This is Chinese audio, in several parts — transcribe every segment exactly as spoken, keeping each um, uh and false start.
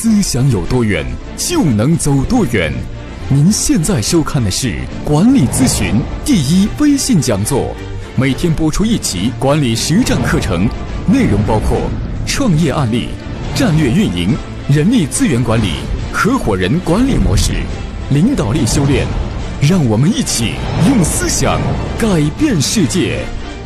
思想有多远，就能走多远。您现在收看的是管理咨询第一微信讲座，每天播出一期管理实战课程，内容包括创业案例、战略运营、人力资源管理、合伙人管理模式、领导力修炼。让我们一起用思想改变世界。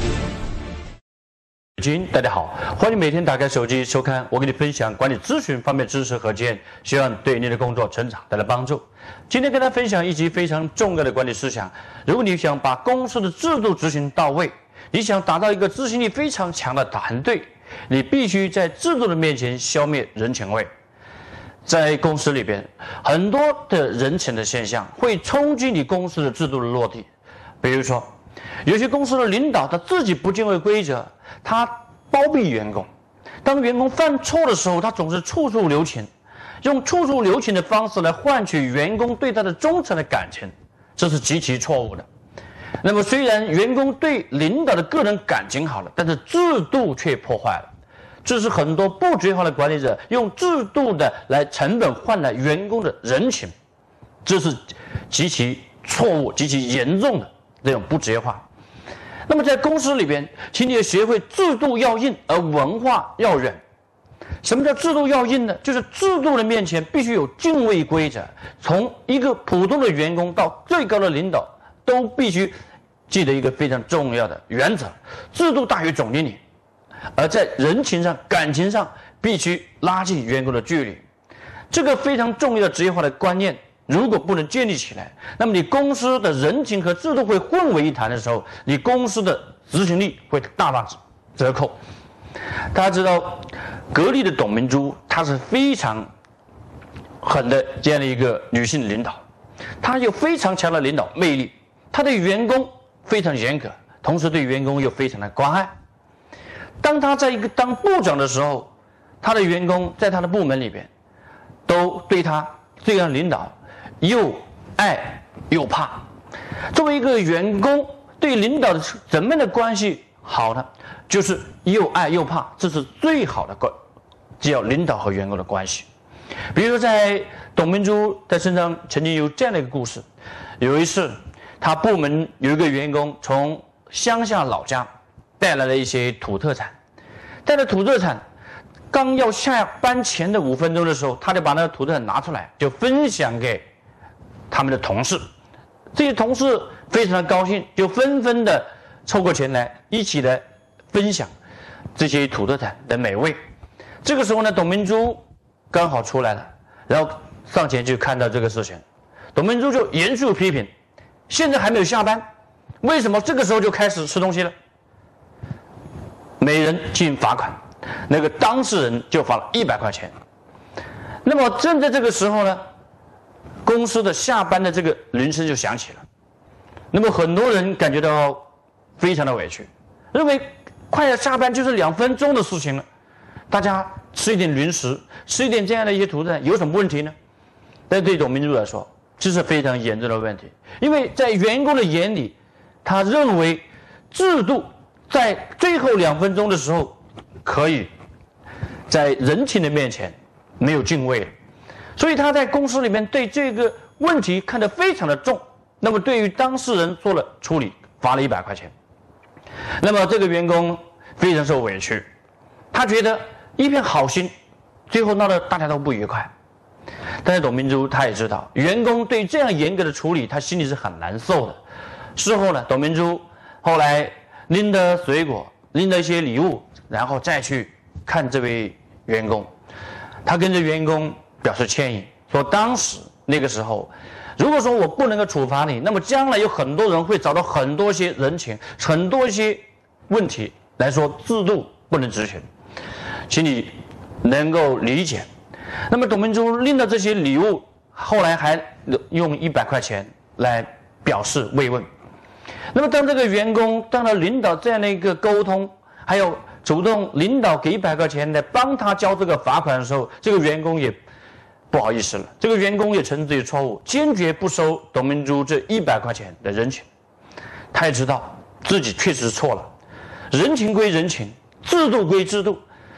大家好，欢迎每天打开手机收看我给你分享管理咨询方面知识和经验，希望对您的工作成长带来帮助。今天跟大家分享一集非常重要的管理思想。如果你想把公司的制度执行到位，你想达到一个执行力非常强的团队，你必须在制度的面前消灭人情味。在公司里边，很多的人情的现象会冲击你公司的制度的落地。比如说，有些公司的领导他自己不敬畏规则，他包庇员工。当员工犯错的时候，他总是处处留情，用处处留情的方式来换取员工对他的忠诚的感情，这是极其错误的。那么，虽然员工对领导的个人感情好了，但是制度却破坏了。这是很多不职业化的管理者用制度的来成本换来员工的人情，这是极其错误、极其严重的这种不职业化。那么在公司里边，请你也学会制度要硬，而文化要软。什么叫制度要硬呢？就是制度的面前必须有敬畏规则，从一个普通的员工到最高的领导，都必须记得一个非常重要的原则：制度大于总经理。而在人情上、感情上，必须拉近员工的距离。这个非常重要的职业化的观念，如果不能建立起来，那么你公司的人情和制度会混为一谈的时候，你公司的执行力会大打折扣。大家知道，格力的董明珠，她是非常狠的这样的一个女性领导，她有非常强的领导魅力，她对员工非常严格，同时对员工又非常的关爱。当他在一个当部长的时候，他的员工在他的部门里边都对他这样领导又爱又怕。作为一个员工对领导的怎么样的关系好呢？就是又爱又怕，这是最好的关只要领导和员工的关系。比如说在董明珠的身上曾经有这样的一个故事。有一次他部门有一个员工从乡下老家带来了一些土特产，带了土特产，刚要下班前的五分钟的时候，他就把那个土特产拿出来，就分享给他们的同事。这些同事非常的高兴，就纷纷的凑过前来，一起来分享这些土特产的美味。这个时候呢，董明珠刚好出来了，然后上前就看到这个事情，董明珠就严肃批评：现在还没有下班，为什么这个时候就开始吃东西了？每人进罚款，那个当事人就罚了一百块钱。那么正在这个时候呢，公司的下班的这个铃声就响起了。那么很多人感觉到非常的委屈，认为快要下班就是两分钟的事情了，大家吃一点零食，吃一点这样的一些土特产有什么问题呢？但对董明珠来说，这是非常严重的问题，因为在员工的眼里，他认为制度在最后两分钟的时候，可以在人情的面前没有敬畏了，所以他在公司里面对这个问题看得非常的重。那么对于当事人做了处理，罚了一百块钱。那么这个员工非常受委屈，他觉得一片好心，最后闹得大家都不愉快。但是董明珠他也知道，员工对这样严格的处理，他心里是很难受的。事后呢，董明珠后来拎的水果，拎的一些礼物，然后再去看这位员工。他跟这员工表示歉意，说当时那个时候，如果说我不能够处罚你，那么将来有很多人会找到很多些人情，很多一些问题来说制度不能执行，请你能够理解。那么董明珠拎的这些礼物，后来还用一百块钱来表示慰问。那么当这个员工当了领导这样的一个沟通，还有主动领导给一百块钱来帮他交这个罚款的时候，这个员工也不好意思了，这个员工也承认自己错误，坚决不收董明珠这一百块钱的人情。他也知道自己确实错了，人情归人情，制度归制度，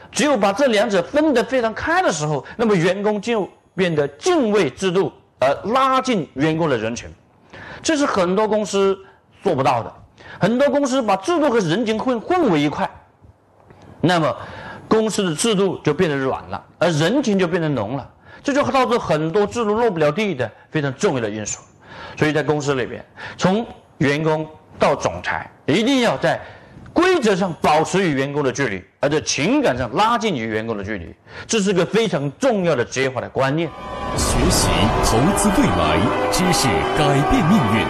只有把这两者分得非常开的时候，那么员工就变得敬畏制度，而拉近员工的人情。这是很多公司做不到的。很多公司把制度和人情混混为一块，那么公司的制度就变得软了，而人情就变得浓了。这就导致很多制度落不了地的非常重要的因素。所以在公司里边，从员工到总裁，一定要在规则上保持与员工的距离，而在情感上拉近与员工的距离，这是个非常重要的职业化的观念。 学习投资未来，知识改变命运。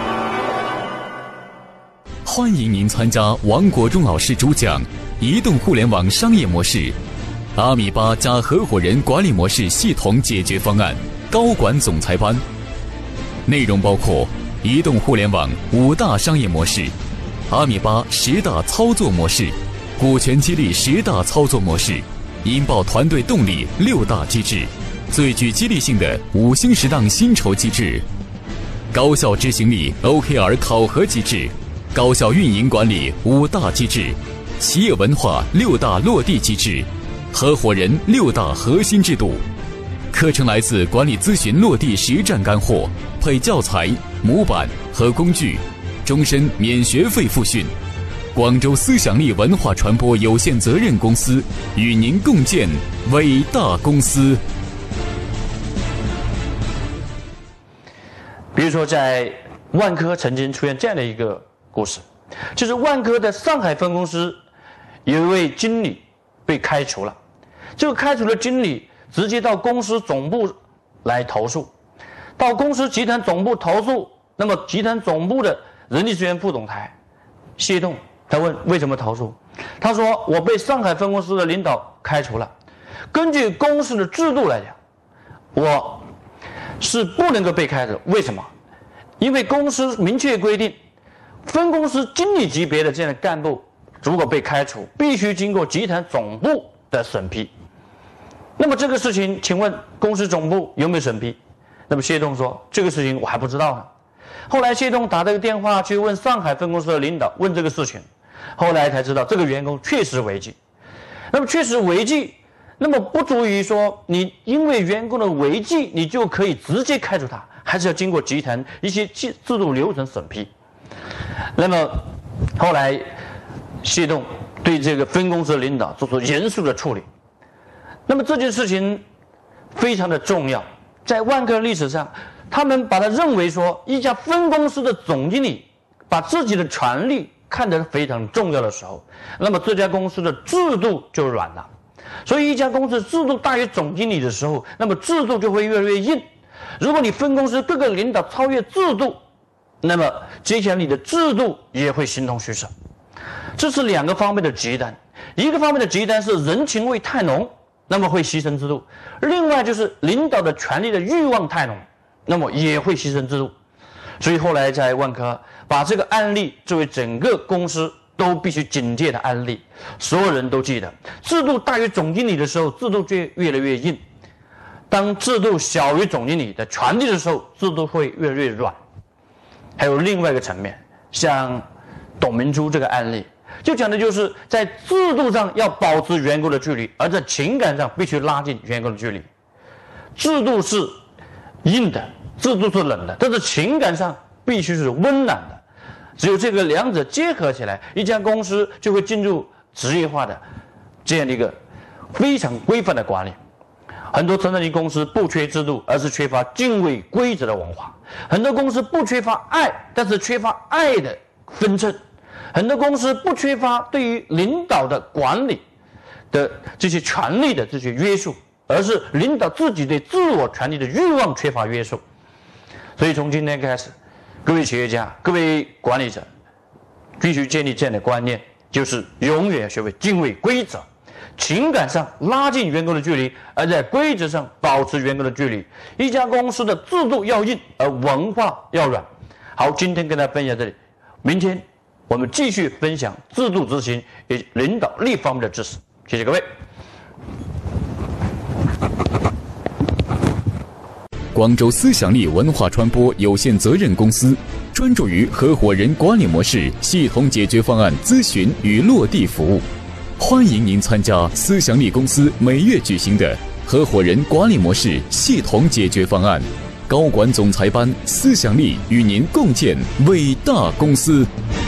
欢迎您参加王国忠老师主讲移动互联网商业模式、阿米巴加合伙人管理模式系统解决方案高管总裁班。内容包括移动互联网五大商业模式、阿米巴十大操作模式、股权激励十大操作模式、引爆团队动力六大机制、最具激励性的五星十档薪酬机制、高效执行力 O K R 考核机制、高效运营管理五大机制、企业文化六大落地机制、合伙人六大核心制度。课程来自管理咨询落地实战干货，配教材、模板和工具，终身免学费复训。广州思想力文化传播有限责任公司与您共建伟大公司。 比如说，在万科曾经出现这样的一个故事，就是万科的上海分公司有一位经理被开除了，这个开除的经理直接到公司总部来投诉，到公司集团总部投诉。那么集团总部的人力资源副总裁谢栋，他问为什么投诉？他说我被上海分公司的领导开除了，根据公司的制度来讲，我是不能够被开除。为什么？因为公司明确规定，分公司经理级别的这样的干部如果被开除，必须经过集团总部的审批。那么这个事情，请问公司总部有没有审批？那么谢栋说这个事情我还不知道呢。后来谢栋打这个电话去问上海分公司的领导，问这个事情，后来才知道这个员工确实违纪。那么确实违纪，那么不足以说你因为员工的违纪你就可以直接开除他，还是要经过集团一些制度流程审批。那么后来谢栋对这个分公司的领导做出严肃的处理。那么这件事情非常的重要，在万科历史上，他们把它认为说，一家分公司的总经理把自己的权利看得非常重要的时候，那么这家公司的制度就软了。所以一家公司制度大于总经理的时候，那么制度就会越来越硬。如果你分公司各个领导超越制度，那么接下来你的制度也会形同虚设。这是两个方面的极端，一个方面的极端是人情味太浓，那么会牺牲制度；另外就是领导的权力的欲望太浓，那么也会牺牲制度。所以后来在万科把这个案例作为整个公司都必须警戒的案例，所有人都记得，制度大于总经理的时候，制度就越来越硬；当制度小于总经理的权力的时候，制度会越来越软。还有另外一个层面，像董明珠这个案例，就讲的就是在制度上要保持员工的距离，而在情感上必须拉近员工的距离。制度是硬的，制度是冷的，但是情感上必须是温暖的。只有这个两者结合起来，一家公司就会进入职业化的这样的一个非常规范的管理。很多成长型公司不缺制度，而是缺乏敬畏规则的文化。很多公司不缺乏爱，但是缺乏爱的分寸。很多公司不缺乏对于领导的管理的这些权利的这些约束，而是领导自己对自我权利的欲望缺乏约束。所以从今天开始，各位企业家、各位管理者必须建立这样的观念，就是永远学会敬畏规则，情感上拉近员工的距离，而在规则上保持员工的距离。一家公司的制度要硬，而文化要软。好，今天跟大家分享这里，明天我们继续分享制度执行以及领导力方面的知识。谢谢各位。 广州思想力文化传播有限责任公司专注于合伙人管理模式系统解决方案咨询与落地服务。 欢迎您参加思想力公司每月举行的合伙人管理模式系统解决方案高管总裁班，思想力与您共建伟大公司。